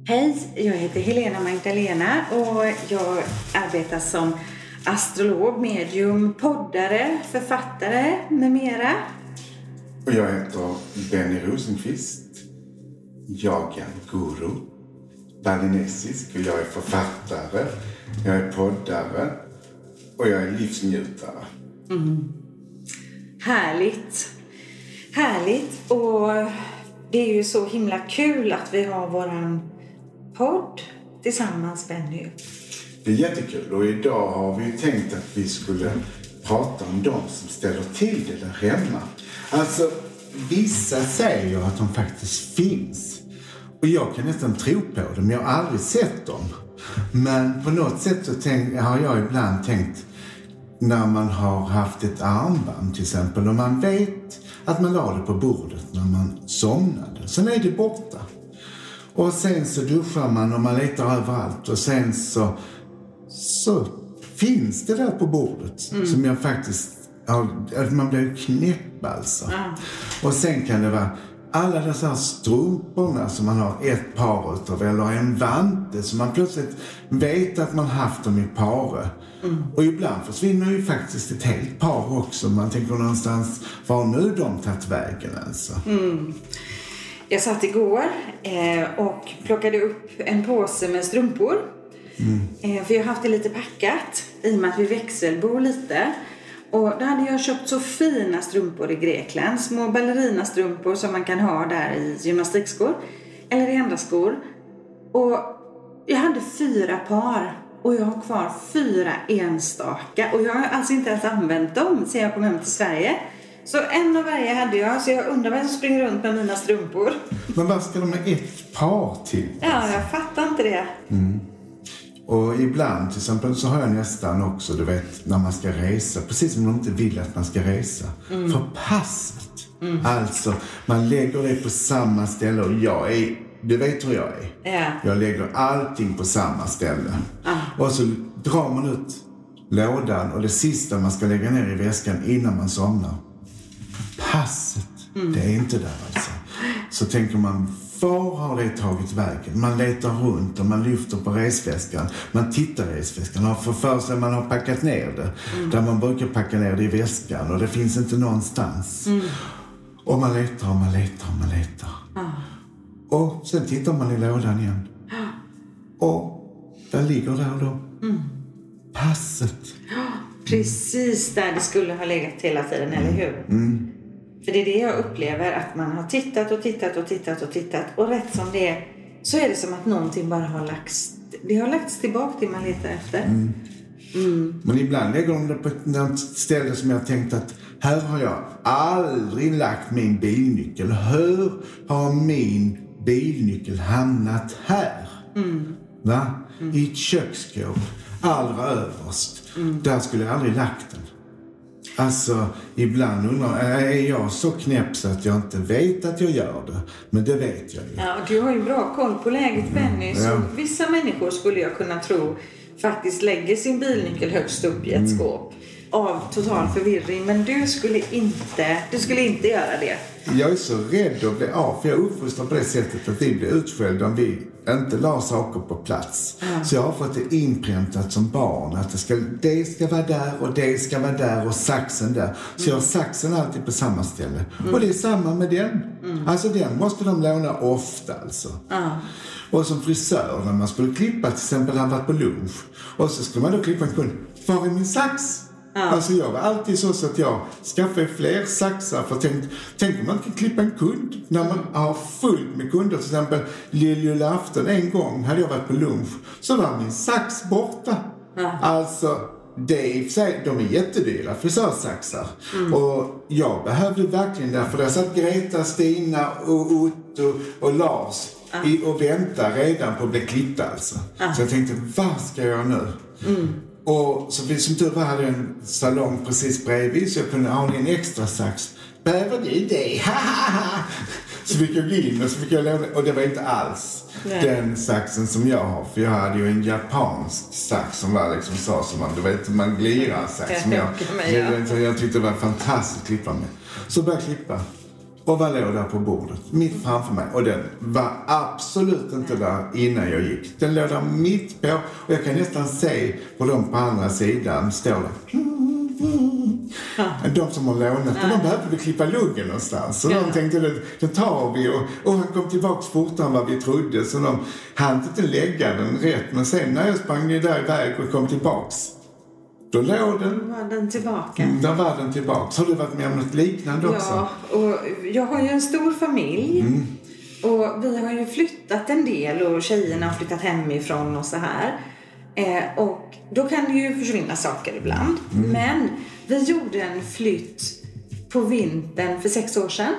Hej, jag heter Helena Magdalena och jag arbetar som astrolog, medium, poddare, författare med mera. Och jag heter Benny Rosenqvist. Jag är guru, balinesisk, och jag är författare, jag är poddare och jag är livsnjutare. Härligt. Härligt. Och det är ju så himla kul att vi har våran podd tillsammans, Benny. Det är jättekul, och idag har vi tänkt att vi skulle prata om de som ställer till det där hemma. Alltså, vissa säger ju att de faktiskt finns. Och jag kan nästan tro på det, men jag har aldrig sett dem. Men på något sätt så har jag ibland tänkt, när man har haft ett armband till exempel, och man vet att man la det på bordet när man somnade. Sen är det borta. Och sen så duschar man och man letar överallt. Och sen så finns det där på bordet. Som jag faktiskt har, man blir knäpp alltså. Och sen kan det vara alla dessa strumporna som man har ett par utav, eller en vante som man plötsligt vet att man haft dem i pare. Och ibland försvinner ju faktiskt ett helt par också. Man tänker någonstans, var nu de tagit vägen alltså? Jag satt igår och plockade upp en påse med strumpor. För jag har haft det lite packat i och med att vi växelbor lite. Och då hade jag köpt så fina strumpor i Grekland. Små ballerinastrumpor som man kan ha där i gymnastikskor. Eller i andra skor. Och jag hade 4 par. Och jag har kvar 4 enstaka. Och jag har alltså inte ens använt dem sedan jag kom hem till Sverige. Så en av varje hade jag. Så jag undrar vem som springer runt med mina strumpor. Men vad ska de med ett par till? Ja, jag fattar inte det. Och ibland till exempel så har jag nästan också, du vet, när man ska resa, precis som de inte vill att man ska resa, för passet. Alltså, man lägger det på samma ställe, och du vet hur jag är. Ja. Jag lägger allting på samma ställe. Och så drar man ut lådan, och det sista man ska lägga ner i väskan innan man somnar, passet. Det är inte där alltså. Så tänker man, var har det tagit vägen? Man letar runt och man lyfter på resväskan. Man tittar i resväskan och för sig man har packat ner det. Där man brukar packa ner det i väskan, och det finns inte någonstans. Och man letar och man letar och man letar. Och sen tittar man i lådan igen. Och där ligger där då passet. Precis där det skulle ha legat hela tiden, eller hur? För det är det jag upplever, att man har tittat och tittat och tittat och tittat. Och rätt som det är, så är det som att någonting bara har lagts tillbaka till man letar efter. Men ibland lägger de det på ett ställe som jag tänkt att här har jag aldrig lagt min bilnyckel. Hur har min bilnyckel hamnat här? Va? I ett köksskåp, allra överst. Där skulle jag aldrig lagt den. Alltså, ibland undrar, är jag så knäpp så att jag inte vet att jag gör det? Men det vet jag ju. Ja, du har ju bra koll på läget, Benny. Så vissa människor skulle jag kunna tro faktiskt lägger sin bilnyckel högst upp i ett skåp. Av total förvirring. Men du skulle inte göra det. Jag är så rädd att bli av. För jag uppfostrar på det sättet att vi blir utskälda om vi inte la saker på plats. Så jag har fått det inpräntat som barn. Att det ska vara där och det ska vara där och saxen där. Så jag har saxen alltid på samma ställe. Och det är samma med den. Alltså den måste de låna ofta alltså. Och som frisör, när man skulle klippa till exempel, han var på lunch. Och så skulle man då klippa en kund. Var är min sax? Alltså jag var alltid så att jag skaffade fler saxar. För tänk om man kan klippa en kund när man har fullt med kunder. Till exempel lilljulafton, en gång hade jag varit på lunch, så var min sax borta. Alltså de är jättedyra frisörsaxar. Och jag behövde verkligen därför där satt Greta, Stina och Otto och Lars och vänta redan på att bli klippta alltså. Så jag tänkte, vad ska jag göra nu? Och så som tur var hade jag en salong precis bredvid, så jag kunde ha en extra sax. Behöver du det? Så fick jag gå in och så fick jag låna, och det var inte alls den saxen som jag har. För jag hade ju en japansk sax som var liksom så som man glirar sax. Som jag tyckte det var fantastiskt att klippa med. Så började jag klippa. Och vad låg där på bordet? Mitt framför mig. Och den var absolut inte där innan jag gick. Den låg där mitt på. Och jag kan nästan se på dem på andra sidan står där. De som har lånat. Och de behövde klippa luggen någonstans. Så de tänkte, det tar vi. Och han kom tillbaka fortare än vad vi trodde. Så de hann inte lägga den rätt. Men sen när jag sprang där iväg och kom tillbaks. Då låg den. Var den tillbaka? Där var den tillbaka. Har du varit med om något liknande också? Ja, och jag har ju en stor familj. Och vi har ju flyttat en del och tjejerna har flyttat hemifrån och så här. Och då kan det ju försvinna saker ibland. Men vi gjorde en flytt på vintern för 6 år sedan.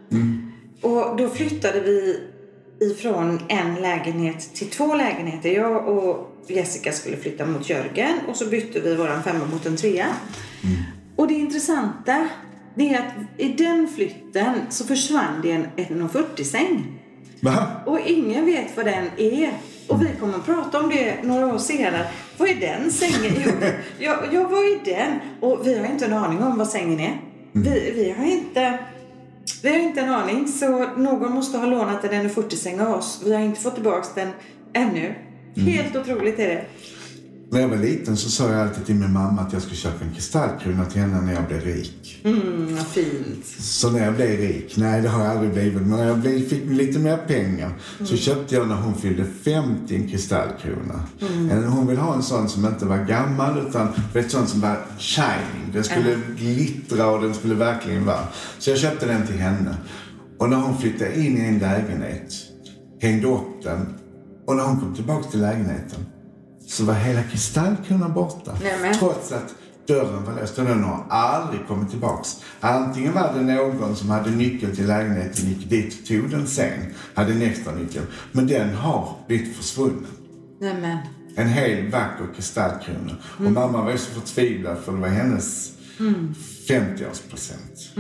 Och då flyttade vi ifrån en lägenhet till 2 lägenheter. Jag och Jessica skulle flytta mot Jörgen. Och så bytte vi våran 5 mot en 3. Och det intressanta, det är att i den flytten så försvann det en 1,40-säng. Va? Och ingen vet vad den är. Och vi kommer att prata om det några år senare. Vad är den sängen? Jag var i den. Och vi har inte en aning om vad sängen är. Vi har inte en aning. Så någon måste ha lånat en 40-säng av oss. Vi har inte fått tillbaka den ännu. Helt otroligt är det. När jag var liten så sa jag alltid till min mamma att jag skulle köpa en kristallkrona till henne när jag blev rik. Vad fint. Så när jag blev rik, nej det har jag aldrig blivit, men när jag fick lite mer pengar så köpte jag när hon fyllde 50 en kristallkrona. Hon ville ha en sån som inte var gammal utan ett sån som var shining. Den skulle glittra och den skulle verkligen vara. Så jag köpte den till henne. Och när hon flyttade in i en lägenhet hängde upp den. Och när hon kom tillbaka till lägenheten så var hela kristallkronan borta. Nämen. Trots att dörren var låst och den har aldrig kommit tillbaks. Antingen var det någon som hade nyckeln till lägenheten, gick dit och tog den sen, hade en extra nyckel. Men den har blivit försvunnen. Nämen. En hel vacker kristallkrona. Och mamma var ju så förtvivlad för det var hennes 50-årspresent.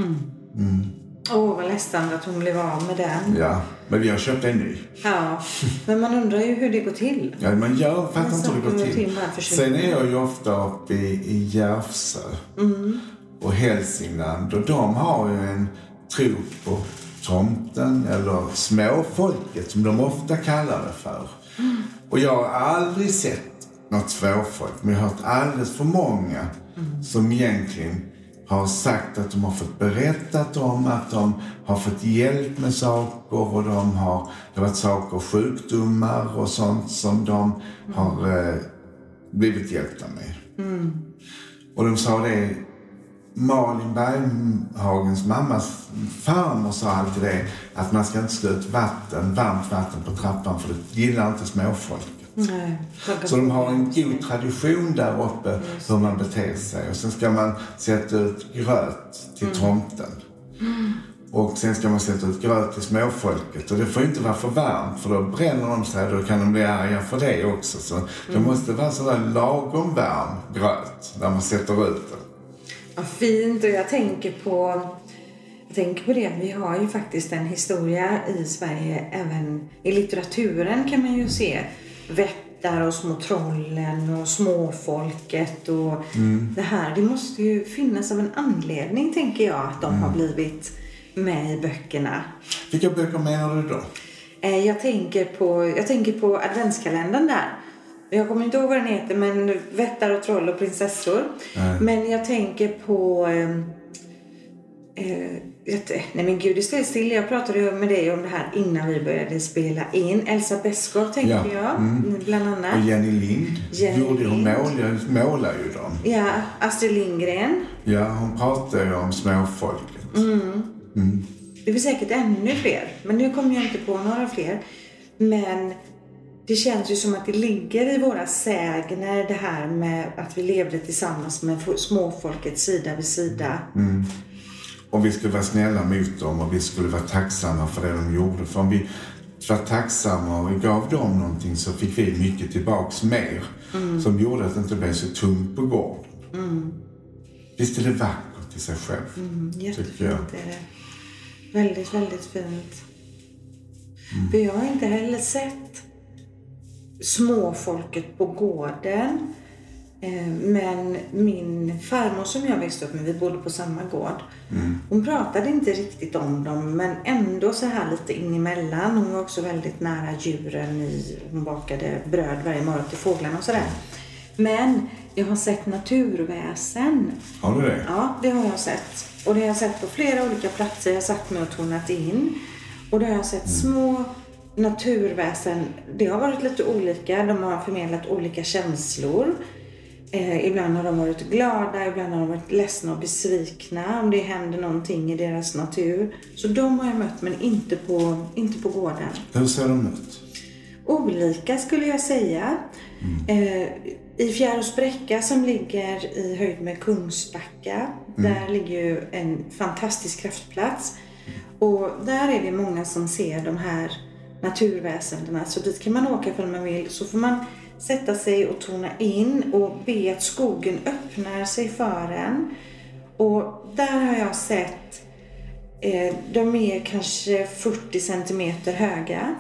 Vad ledsamt att hon blev av med den. Ja, men vi har köpt en ny. Ja, men man undrar ju hur det går till. Ja, man fattar inte hur det går till. Sen är jag ju ofta uppe i Järvsö och Hälsingland. Och de har ju en tro på tomten eller småfolket som de ofta kallar det för. Och jag har aldrig sett något småfolk. Men jag har hört alldeles för många som egentligen har sagt att de har fått berättat om att de har fått hjälp med saker och det har varit saker, sjukdomar och sånt som de har blivit hjälpta med. Och de sa det, Malin Berghagens mammas farmor sa alltid det, att man ska inte slå ut varmt vatten på trappan för det gillar inte småfolk. Nej, så de har en god tradition där uppe hur man beter sig. Och sen ska man sätta ut gröt till tomten. Och sen ska man sätta ut gröt till småfolket. Och det får inte vara för varmt för då bränner de sig. Då kan de bli arga för det också. Så det måste vara sådär lagom varm gröt när man sätter ut den. Ja, fint. Och jag tänker på det. Vi har ju faktiskt en historia i Sverige. Även i litteraturen kan man ju se vättar och små trollen och småfolket och det här. Det måste ju finnas av en anledning, tänker jag, att de har blivit med i böckerna. Vilka böcker menar du då? Jag tänker på adventskalendern där. Jag kommer inte ihåg vad den heter, men vättar och troll och prinsessor. Men jag tänker på nej men gud, det står still. Jag pratade ju med dig om det här innan vi började spela in. Elsa Beskow tänker jag, bland annat. Och Jenny Lind. Hon målar ju dem. Ja, Astrid Lindgren. Ja, hon pratar ju om småfolket. Det är säkert ännu fler, men nu kommer jag inte på några fler. Men det känns ju som att det ligger i våra sägner det här med att vi levde tillsammans med småfolket sida vid sida. Och vi skulle vara snälla mot dem och vi skulle vara tacksamma för det de gjorde. För om vi var tacksamma och vi gav dem någonting så fick vi mycket tillbaks mer. Som gjorde att det inte blev så tungt på gården. Visst är det vackert i sig själv. Jättefint är det. Väldigt, väldigt fint. För jag har inte heller sett småfolket på gården. Men min farmor som jag växte upp med, vi bodde på samma gård. Hon pratade inte riktigt om dem, men ändå så här lite in emellan. Hon var också väldigt nära djuren. Hon bakade bröd varje morgon till fåglarna och sådär. Men jag har sett naturväsen. Har du det? Ja, det har jag sett. Och det har jag sett på flera olika platser. Jag har satt mig och tonat in. Och då har jag sett små naturväsen. Det har varit lite olika. De har förmedlat olika känslor. Ibland har de varit glada, ibland har de varit ledsna och besvikna om det händer någonting i deras natur. Så de har jag mött, men inte på gården. Hur ser de ut? Olika skulle jag säga. I Fjäråsbräcka som ligger i höjd med Kungsbacka, där ligger ju en fantastisk kraftplats. Och där är det många som ser de här naturväsendena. Så dit kan man åka för man vill. Så får man sätta sig och tona in och be att skogen öppnar sig för en. Och där har jag sett, de är kanske 40 centimeter höga.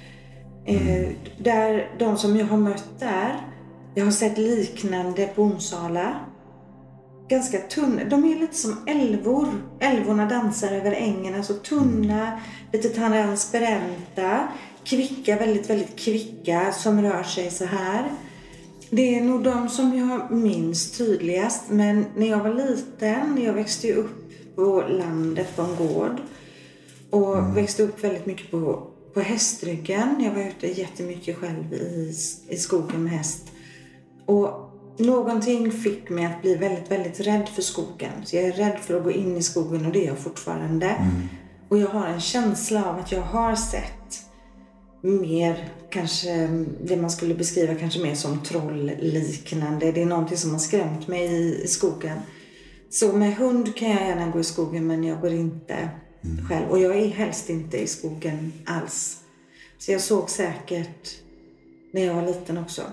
Där de som jag har mött där, jag har sett liknande på Onsala. Ganska tunna, de är lite som älvor. Älvorna dansar över ängarna, så tunna, lite transparenta, kvicka, väldigt, väldigt kvicka, som rör sig så här. Det är nog de som jag minns tydligast, men när jag var liten, jag växte ju upp på landet på en gård och växte upp väldigt mycket på hästryggen. Jag var ute jättemycket själv i skogen med häst. Och någonting fick mig att bli väldigt, väldigt rädd för skogen. Så jag är rädd för att gå in i skogen, och det är jag fortfarande. Och jag har en känsla av att jag har sett mer, kanske det man skulle beskriva kanske mer som trollliknande. Det är någonting som har skrämt mig i skogen. Så med hund kan jag gärna gå i skogen, men jag går inte själv. Och jag är helst inte i skogen alls. Så jag såg säkert när jag var liten också.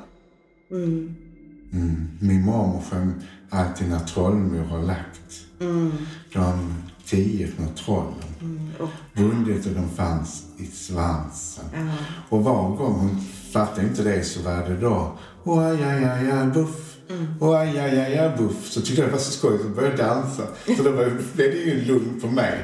Min mormor sjöng alltid när trollmor har lagt. De 10 små trollen. Bundit, och de fanns i svansen. Och var gång hon fattade inte det, så var det då och aj, buff. Och aj, buff. Så tyckte jag det var så skojigt att börja dansa. Så då blev det ju lugn för mig.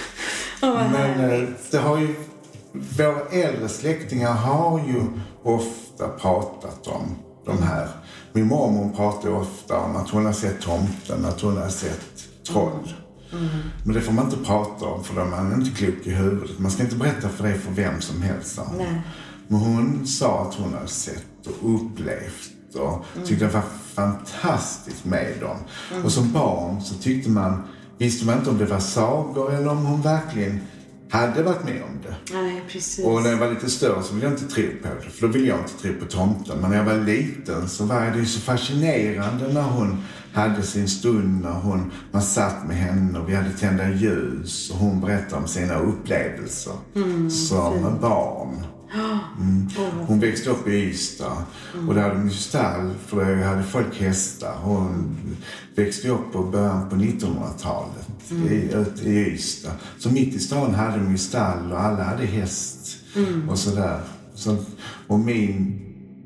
Men det har ju, våra äldre släktingar har ju ofta pratat om de här. Min mormor pratar ofta om att hon har sett tomten, att hon har sett troll. Men det får man inte prata om, för man är inte klok i huvudet. Man ska inte berätta för det för vem som helst. Men hon sa att hon har sett och upplevt och tyckte det var fantastiskt med dem. Och som barn så visste man inte om det var sagor eller om hon verkligen hade varit med om det. Nej, precis. Och när jag var lite större så ville jag inte tro på det, för då ville jag inte tro på tomten. Men när jag var liten så var det ju så fascinerande när hon hade sin stund, när man satt med henne och vi hade tända ljus och hon berättade om sina upplevelser som barn. Hon växte upp i Ystad och där hade de ju stall, för där hade folk hästar. Hon växte upp på början på 1900-talet ute i Ystad. Så mitt i stan hade de ju stall och alla hade häst och sådär. Och min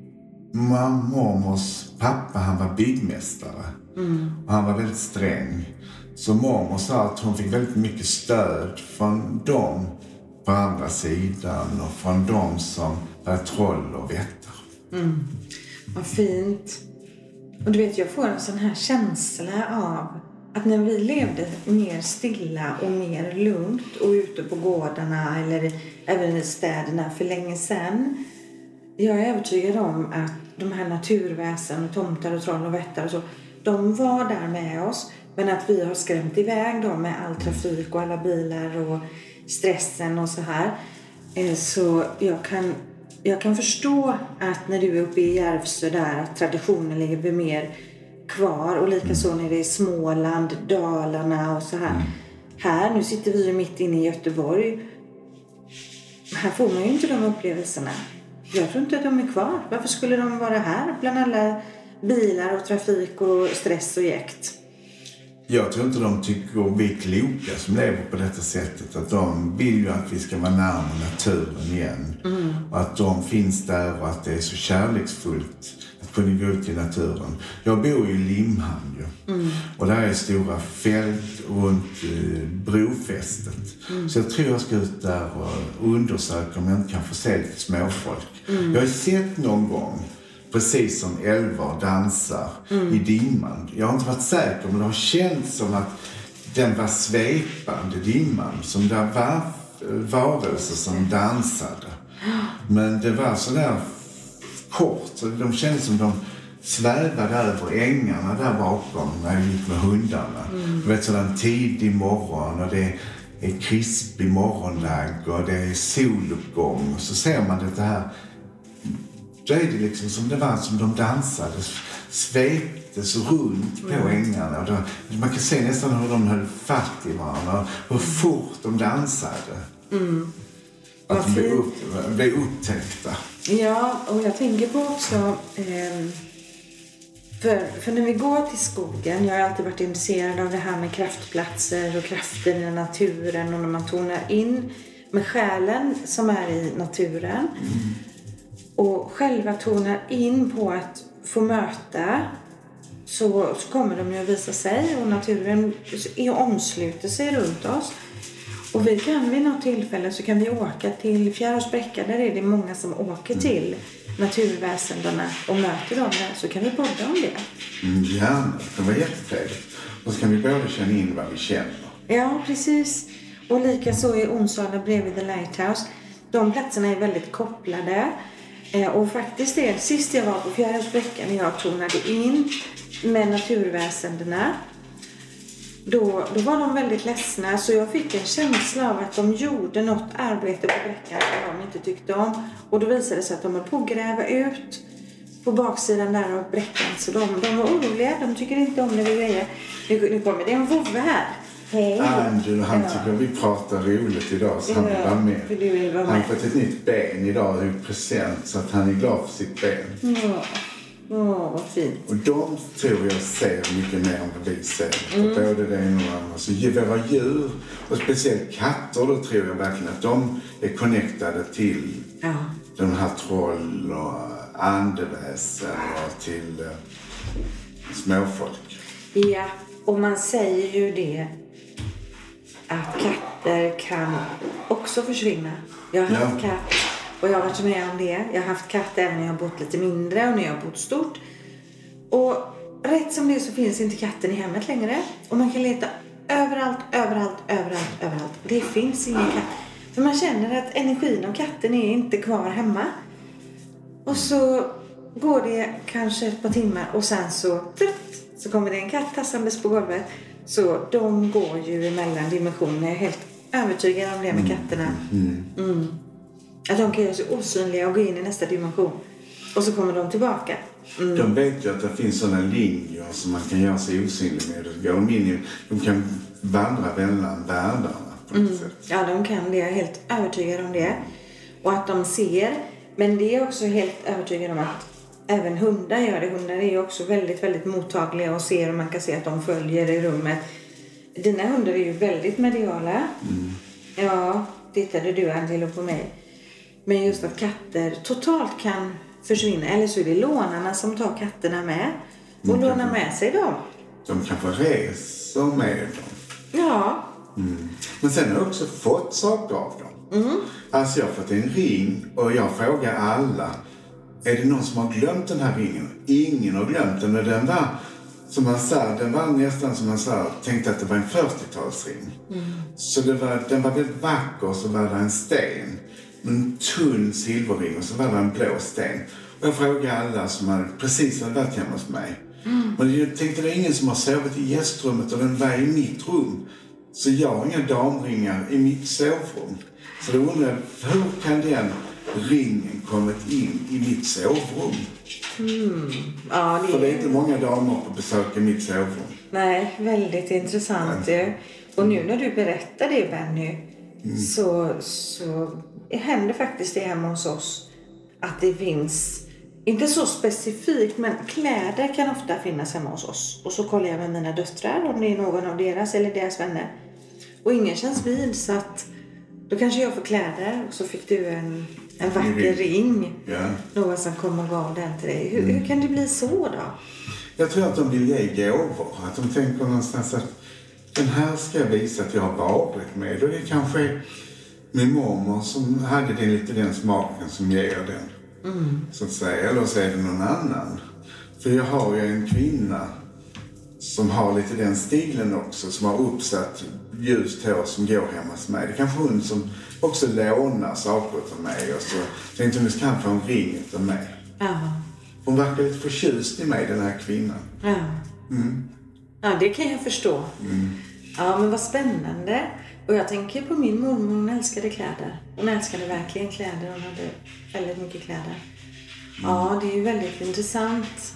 mormors pappa, han var byggmästare och han var väldigt sträng. Så mormor sa att hon fick väldigt mycket stöd från dem på andra sidan och från dem som är troll och vättar. Vad fint. Och du vet, jag får en sån här känsla av att när vi levde mer stilla och mer lugnt och ute på gårdarna eller även i städerna för länge sedan. Jag är övertygad om att de här naturväsen och tomtar och troll och vättar och så, de var där med oss. Men att vi har skrämt iväg dem med all trafik och alla bilar och stressen och så här. Så jag kan förstå att när du är uppe i Järvsö där, att traditionen ligger mer kvar. Och likaså när det är Småland, Dalarna och så här. Här, nu sitter vi ju mitt inne i Göteborg. Här får man ju inte de upplevelserna. Jag tror inte att de är kvar. Varför skulle de vara här bland alla bilar och trafik och stress och jäkt? Jag tror inte de tycker vi är kloka som lever på detta sättet. Att de vill ju att vi ska vara närmare naturen igen. Och att de finns där och att det är så kärleksfullt. Att kunde gå ut i naturen. Jag bor i Limhamn ju. Och där är stora fält runt brofästet. Så jag tror jag ska ut där och undersöka om jag inte kan få se lite småfolk. Jag har sett någon gång, precis som älvar dansar i dimman. Jag har inte varit säker, men det har känts som att den var svepande, dimman. Som det var varelser som dansade. Men det var så där kort. Så de kändes som de svävade över ängarna där bakom när jag gick med hundarna. Du vet, sådär tidig morgon och det är krispig morgonlagg och det är soluppgång. Och så ser man det här. Då är det liksom som det var som de dansade, sveptes runt på ängarna. Och då, man kan se nästan hur de höll fatt i varandra, hur fort de dansade. Att de blev upptäckta. Ja, och jag tänker på också... För när vi går till skogen, jag har alltid varit intresserad av det här med kraftplatser och kraften i naturen. Och när man tonar in med själen som är i naturen. Och själva tonar in på att få möta, så kommer de ju att visa sig. Och naturen omsluter sig runt oss. Och vi kan vid något tillfälle så kan vi åka till Fjäråsbräcka. Där är det många som åker till naturväsendena och möter dem där. Så kan vi podda om det. Ja, det var jättetrevligt. Och så kan vi både känna in vad vi känner. Ja, precis. Och lika så i Onsala bredvid The Lighthouse. De platserna är väldigt kopplade. Och faktiskt det, sist jag var på Fjäråsbräcka när jag tonade in med naturväsendena. Då var de väldigt ledsna, så jag fick en känsla av att de gjorde något arbete på bräckan som de inte tyckte om. Och då visade det sig att de höll på att gräva ut på baksidan där av bräckan. Så de var oroliga, de tycker inte om det vi grejer. Nu kommer det en vovve här. Hej. Andrew, han tycker vi pratar roligt idag, så han vill vara med. Han har fått ett nytt ben idag i present, så att han är glad för sitt ben. Vad fint. Och de tror jag ser mycket mer än vad vi ser. Både det ena och andra. Så våra djur, och speciellt katter, då tror jag verkligen att de är connectade till de här troll och andeväsen och till småfolk. Ja, och man säger ju det att katter kan också försvinna. Jag har haft katt. Och jag har varit med om det. Jag har haft katt även när jag har bott lite mindre och när jag har bott stort. Och rätt som det så finns inte katten i hemmet längre. Och man kan leta överallt. Det finns ingen katt. För man känner att energin av katten är inte kvar hemma. Och så går det kanske ett par timmar och sen så kommer det en katt tassandes på golvet. Så de går ju emellan dimensioner. Jag är helt övertygad om det med katterna. Att de kan göra sig osynliga och gå in i nästa dimension. Och så kommer de tillbaka. De vet ju att det finns sådana linjer som man kan göra sig osynlig med. De kan vandra mellan världarna på något sätt. Ja, de kan det. Jag är helt övertygad om det. Och att de ser. Men det är också helt övertygad om att även hundar gör det. Hundar är ju också väldigt, väldigt mottagliga och ser. Och man kan se att de följer i rummet. Dina hundar är ju väldigt mediala. Ja, tittade du Angelo på mig. Men just att katter totalt kan försvinna. Eller så är det lånarna som tar katterna med. Och lånar med sig dem. De kan få resa med dem. Ja. Men sen har jag också fått saker av dem. Alltså jag har fått en ring och jag frågar alla. Är det någon som har glömt den här ringen? Ingen har glömt den. Och den var, som man sa, den var nästan som man sa, tänkte att det var en 40-talsring. Så den var väldigt vacker, så var det en sten. En tunn silverring och så var det en blå sten. Och jag frågade alla som precis hade varit hemma hos mig. Men jag tänkte det är ingen som har sovit i gästrummet och den var i mitt rum. Så jag har inga damringar i mitt sovrum. Så då undrar jag, hur kan den ringen kommit in i mitt sovrum? Ja, För det är inte många damer på besök i mitt sovrum. Nej, väldigt intressant. Och nu när du berättar det, Benny, så händer faktiskt det hemma hos oss att det finns, inte så specifikt, men kläder kan ofta finnas hemma hos oss. Och så kollar jag med mina döttrar om det är någon av deras eller deras vänner. Och ingen känns vid, så att då kanske jag får kläder och så fick du en En vacker ring. Ja. Någon som kommer och gav den till dig. Hur kan det bli så då? Jag tror att de vill ge gåvor. Att de tänker någonstans att den här ska jag visa att jag har varit med. Och det är kanske min mormor som hade den smaken som ger den. Så att säga. Eller så är det någon annan. För jag har ju en kvinna som har lite den stilen också. Som har uppsatt ljust hår som går hemma hos mig. Det är kanske hon som också lånar saker till mig. Och så tänkte hon kan få en ring till mig. Ja. Hon verkar lite förtjust i mig, den här kvinnan. Ja. Ja, det kan jag förstå. Ja, men vad spännande. Och jag tänker på min mormor, hon älskade kläder. Hon älskade verkligen kläder. Hon hade väldigt mycket kläder. Ja, det är ju väldigt intressant.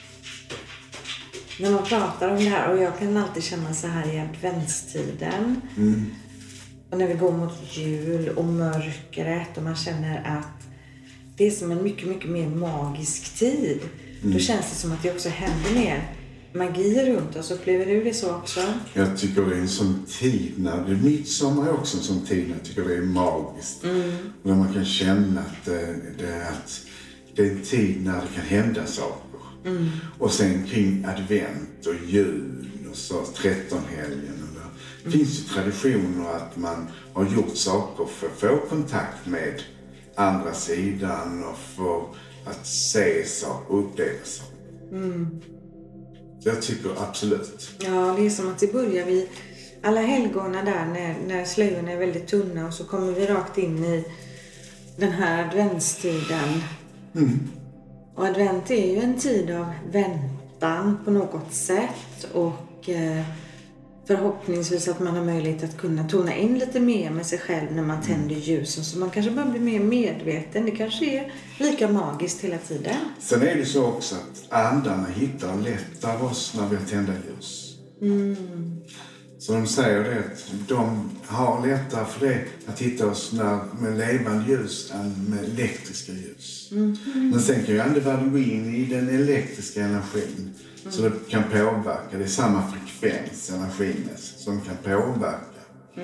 När man pratar om det här. Och jag kan alltid känna så här i adventstiden. Och när vi går mot jul och mörkret. Och man känner att det är som en mycket, mycket mer magisk tid. Då känns det som att det också händer mer magi runt oss. Upplever du det så också? Jag tycker det är en sån tid när det är midsommar är också en sån tid när jag tycker det är magiskt. När man kan känna att det är en tid när det kan hända saker. Och sen kring advent och jul och så 13-helgen. Det finns ju traditioner att man har gjort saker för att få kontakt med andra sidan och för att se saker och uppleva saker. Så jag tycker absolut. Ja, det är som att det börjar vid alla helgona där när slöjorna är väldigt tunna och så kommer vi rakt in i den här adventstiden. Och advent är ju en tid av väntan på något sätt och förhoppningsvis att man har möjlighet att kunna tona in lite mer med sig själv när man tänder ljusen. Så man kanske bara blir mer medveten. Det kanske är lika magiskt hela tiden. Sen är det så också att andarna hittar lätt av oss när vi tänder ljus. Så de säger det att de har lättare för det att hitta oss med levande ljus än med elektriska ljus. Men sen kan ju andevärlden gå in i den elektriska energin. Så det kan påverka. Det är samma frekvens energimässigt som kan påverka.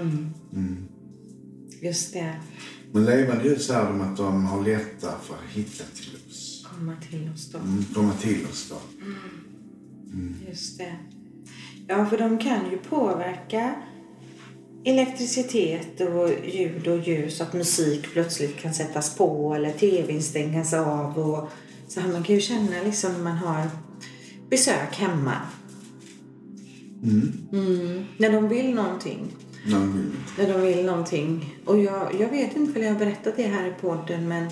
Just det. Men levande ljus är de att de har lättare för att hitta till oss. Komma till oss då. Komma till oss då. Just det. Ja, för de kan ju påverka elektricitet och ljud och ljus. Att musik plötsligt kan sättas på eller tvn stängas av. Och så här, man kan ju känna liksom när man har besök hemma. När de vill någonting. När de vill någonting. Och jag vet inte om jag har berättat det här i podden. Men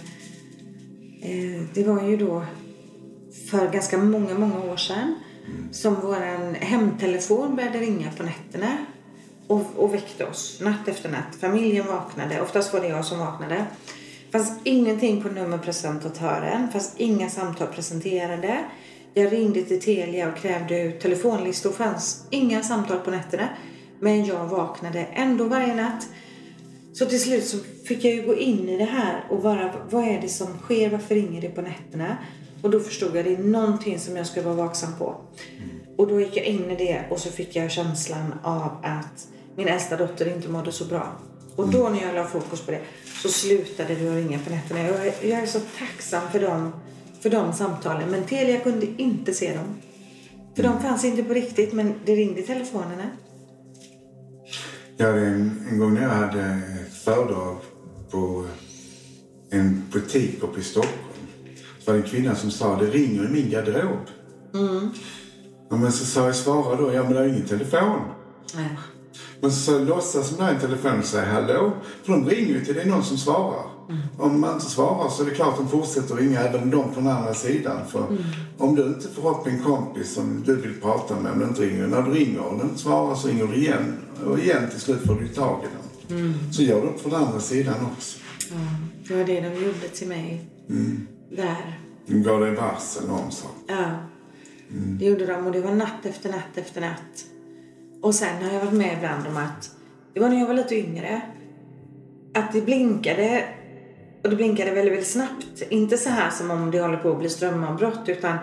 det var ju då för ganska många år sedan. Som våran hemtelefon började ringa på nätterna. Och väckte oss natt efter natt. Familjen vaknade. Oftast var det jag som vaknade. Fanns ingenting på nummerpresentatören. Fanns inga samtal presenterade. Jag ringde till Telia och krävde ut telefonlistor. Fanns inga samtal på nätterna. Men jag vaknade ändå varje natt. Så till slut så fick jag ju gå in i det här. Och bara, vad är det som sker? Varför ringer det på nätterna? Och då förstod jag att det är någonting som jag ska vara vaksam på. Och då gick jag in i det. Och så fick jag känslan av att min äldsta dotter inte mådde så bra. Och då när jag la fokus på det så slutade det att ringa på nätterna. Jag är så tacksam för de samtalen. Men Telia kunde inte se dem. För de fanns inte på riktigt, men det ringde i telefonerna. Ja, en gång när jag hade ett föredrag på en butik uppe i Stockholm. Så var det en kvinna som sa, det ringer i min garderob. Men så sa jag, svara då, ja men det är ingen telefon. Nej. Men så låtsas som det är en telefon och säger hallå. För de ringer ju till det är någon som svarar. Om man inte svarar så är det klart att de fortsätter ringa även de på den andra sidan. För om du inte får upp en kompis som du vill prata med, om du inte ringer. När du ringer och den inte svarar så ringer du igen. Och igen till slut får du tag i dem. Så gör du upp på den andra sidan också. Ja, det var det de gjorde till mig. Där. De gav dig varsel om så. Ja. Det gjorde de och det var natt efter natt efter natt. Och sen har jag varit med ibland om att det var när jag var lite yngre. Att det blinkade. Och det blinkade väldigt, väldigt snabbt. Inte så här som om det håller på att bli strömavbrott. Utan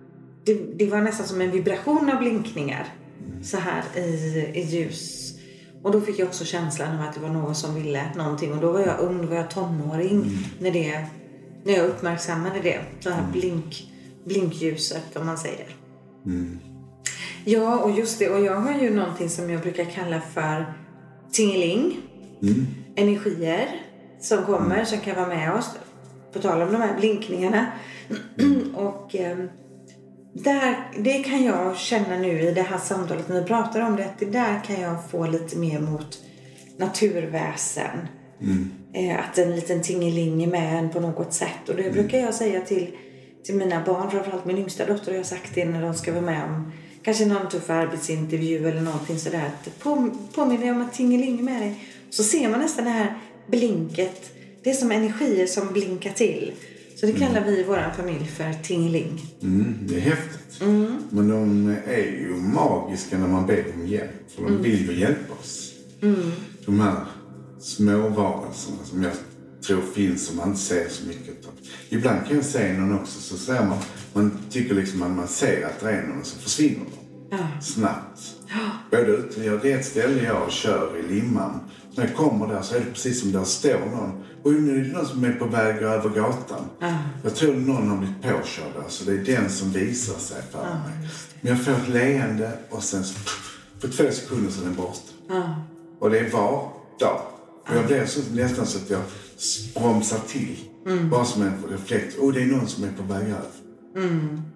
det var nästan som en vibration av blinkningar. Så här i ljus. Och då fick jag också känslan av att det var någon som ville någonting. Och då var jag ung, då var jag tonåring när jag uppmärksammade det. Det här blinkljuset, om man säger. Ja, och just det. Och jag har ju någonting som jag brukar kalla för tingeling. Energier som kommer, som kan vara med oss. På tal om de här blinkningarna. Och det kan jag känna nu i det här samtalet när vi pratar om det. Att det där kan jag få lite mer mot naturväsen. Att en liten tingeling är med en på något sätt. Och det brukar jag säga till mina barn, framförallt min yngsta dotter. Och jag har sagt det när de ska vara med om kanske någon tuff arbetsintervju eller någonting sådär. Att påminner om att tingeling är med dig. Så ser man nästan det här blinket. Det är som energier som blinkar till. Så det kallar vi i vår familj för tingeling. Det är häftigt. Men de är ju magiska när man ber om hjälp. För de vill ju hjälpa oss. De här småvarelserna som jag tror finns som man inte ser så mycket av. Ibland kan jag se någon också, så ser man tycker liksom att man ser att det är någon, så försvinner de. Snabbt. Både ute, det är ett ställe jag kör i Limhamn. När jag kommer där så är det precis som där står någon. Och nu är det någon som är på väg över gatan. Jag tror någon har blivit påkörd där, så det är den som visar sig för mig. Men jag får ett leende och sen på 2 sekunder så är den borta. Och det är var dag. Och jag blir så, nästan så att jag bromsar till. Bara som en reflekt. Det är någon som är på väg över.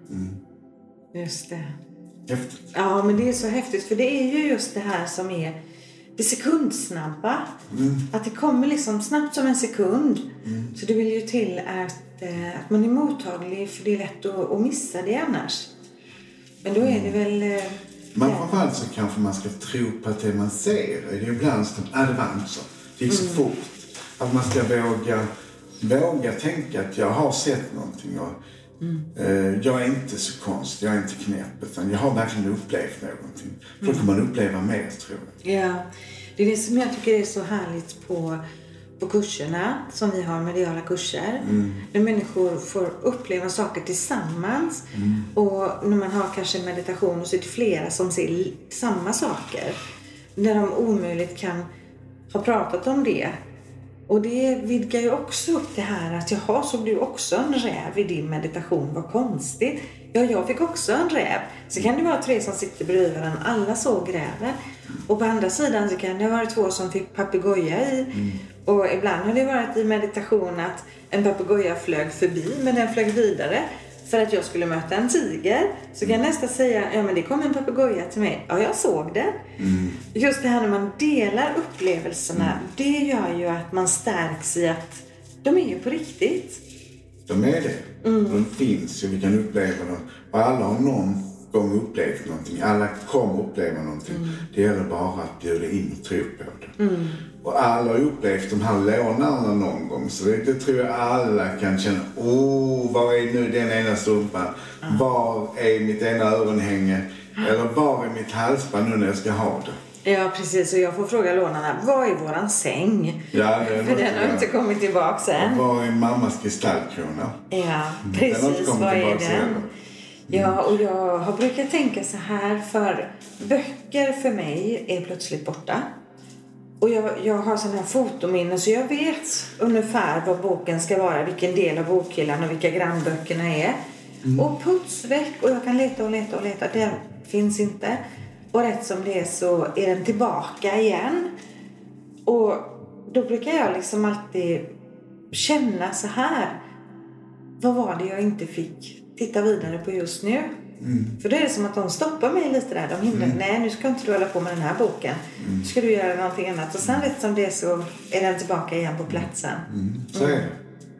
Just det. Häftigt. Ja, men det är så häftigt. För det är ju just det här som är det sekundsnabba. Att det kommer liksom snabbt som en sekund. Så det vill ju till att man är mottaglig, för det är lätt att missa det annars. Men då är det väl... Men framförallt så kanske man ska tro på att det man ser är det ibland som advancer. Det är så fort. Att man ska våga tänka att jag har sett någonting. Och, jag är inte så konstig, jag är inte knäpp. Utan jag har verkligen upplevt någonting. Då kan man uppleva mer, tror jag. Ja, det är det som jag tycker är så härligt på kurserna som vi har, mediala kurser. När människor får uppleva saker tillsammans. Och när man har kanske meditation och så är det flera som ser samma saker. När de omöjligt kan ha pratat om det. Och det vidgar ju också upp det här att jaha, såg du också en räv i din meditation? Vad konstigt. Ja, jag fick också en räv. Så kan det vara 3 som sitter bredvid varandra. Alla såg räven. Och på andra sidan så kan det vara 2 som fick papegoja i. Och ibland har det varit i meditation att en papegoja flög förbi, men den flög vidare. För att jag skulle möta en tiger. Så kan nästa säga, ja men det kom en papegoja till mig. Ja, jag såg den. Just det här när man delar upplevelserna. Det gör ju att man stärks i att de är ju på riktigt. De är det. De finns ju, vi kan uppleva dem. Och alla har någon gång upplevt någonting. Alla kommer uppleva någonting. Det gäller bara att bjuda in och tro på det. Och alla har upplevt de här lånarna någon gång. Så det tror jag alla kan känna. Var är nu den ena strumpan? Var är mitt ena öronhänge? Eller var är mitt halsband nu när jag ska ha det? Ja, precis. Och jag får fråga lånarna, vad är våran säng? Ja, för den har inte kommit tillbaka sen. Var är mammas kristallkrona? Ja, precis. Vad är den? Ja, och jag har brukat tänka så här, för böcker för mig är plötsligt borta. Och jag har sådana här fotominnen, så jag vet ungefär vad boken ska vara, vilken del av bokhyllan och vilka grannböckerna är. Och putsväck, och jag kan leta och leta och leta, den finns inte. Och rätt som det är så är den tillbaka igen. Och då brukar jag liksom alltid känna så här, vad var det jag inte fick titta vidare på just nu? För då är det som att de stoppar mig lite där. De hindrar, nej nu ska inte du hålla på med den här boken. Nu ska du göra någonting annat. Och sen rätt som det så är den tillbaka igen på platsen. Så är det.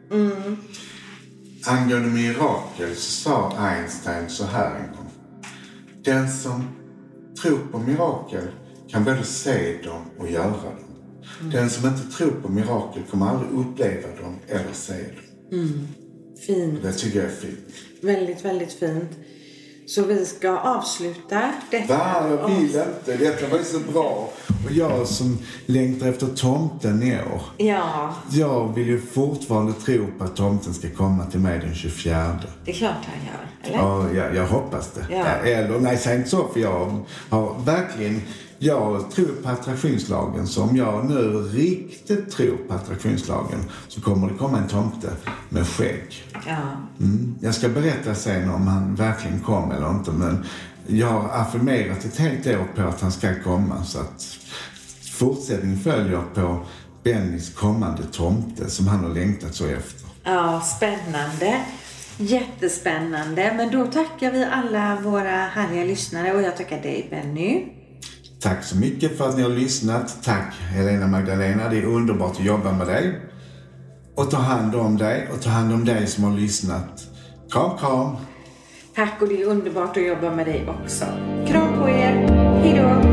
Angående mirakel så sa Einstein så här en gång. Den som tror på mirakel kan både se dem och göra dem. Den som inte tror på mirakel kommer aldrig uppleva dem eller se dem. Fint. Det tycker jag är fint. Väldigt, väldigt fint. Så vi ska avsluta detta. Jag vill inte. Detta var ju så bra. Och jag som längtar efter tomten i år. Ja. Jag vill ju fortfarande tro på att tomten ska komma till mig den 24. Det är klart han gör, eller? Ja, jag hoppas det. Ja. Eller, nej, säg inte så, för jag har verkligen Jag tror på attraktionslagen, så om jag nu riktigt tror på attraktionslagen så kommer det komma en tomte med skägg. Ja. Jag ska berätta sen om han verkligen kom eller inte, men jag har affirmerat ett helt år på att han ska komma, så att fortsättningen följer på Bennys kommande tomte som han har längtat så efter. Ja, spännande. Jättespännande. Men då tackar vi alla våra härliga lyssnare och jag tackar dig, Benny. Tack så mycket för att ni har lyssnat. Tack Helena Magdalena, det är underbart att jobba med dig. Och ta hand om dig och ta hand om dig som har lyssnat. Kram, kram. Tack, och det är underbart att jobba med dig också. Kram på er. Hej då.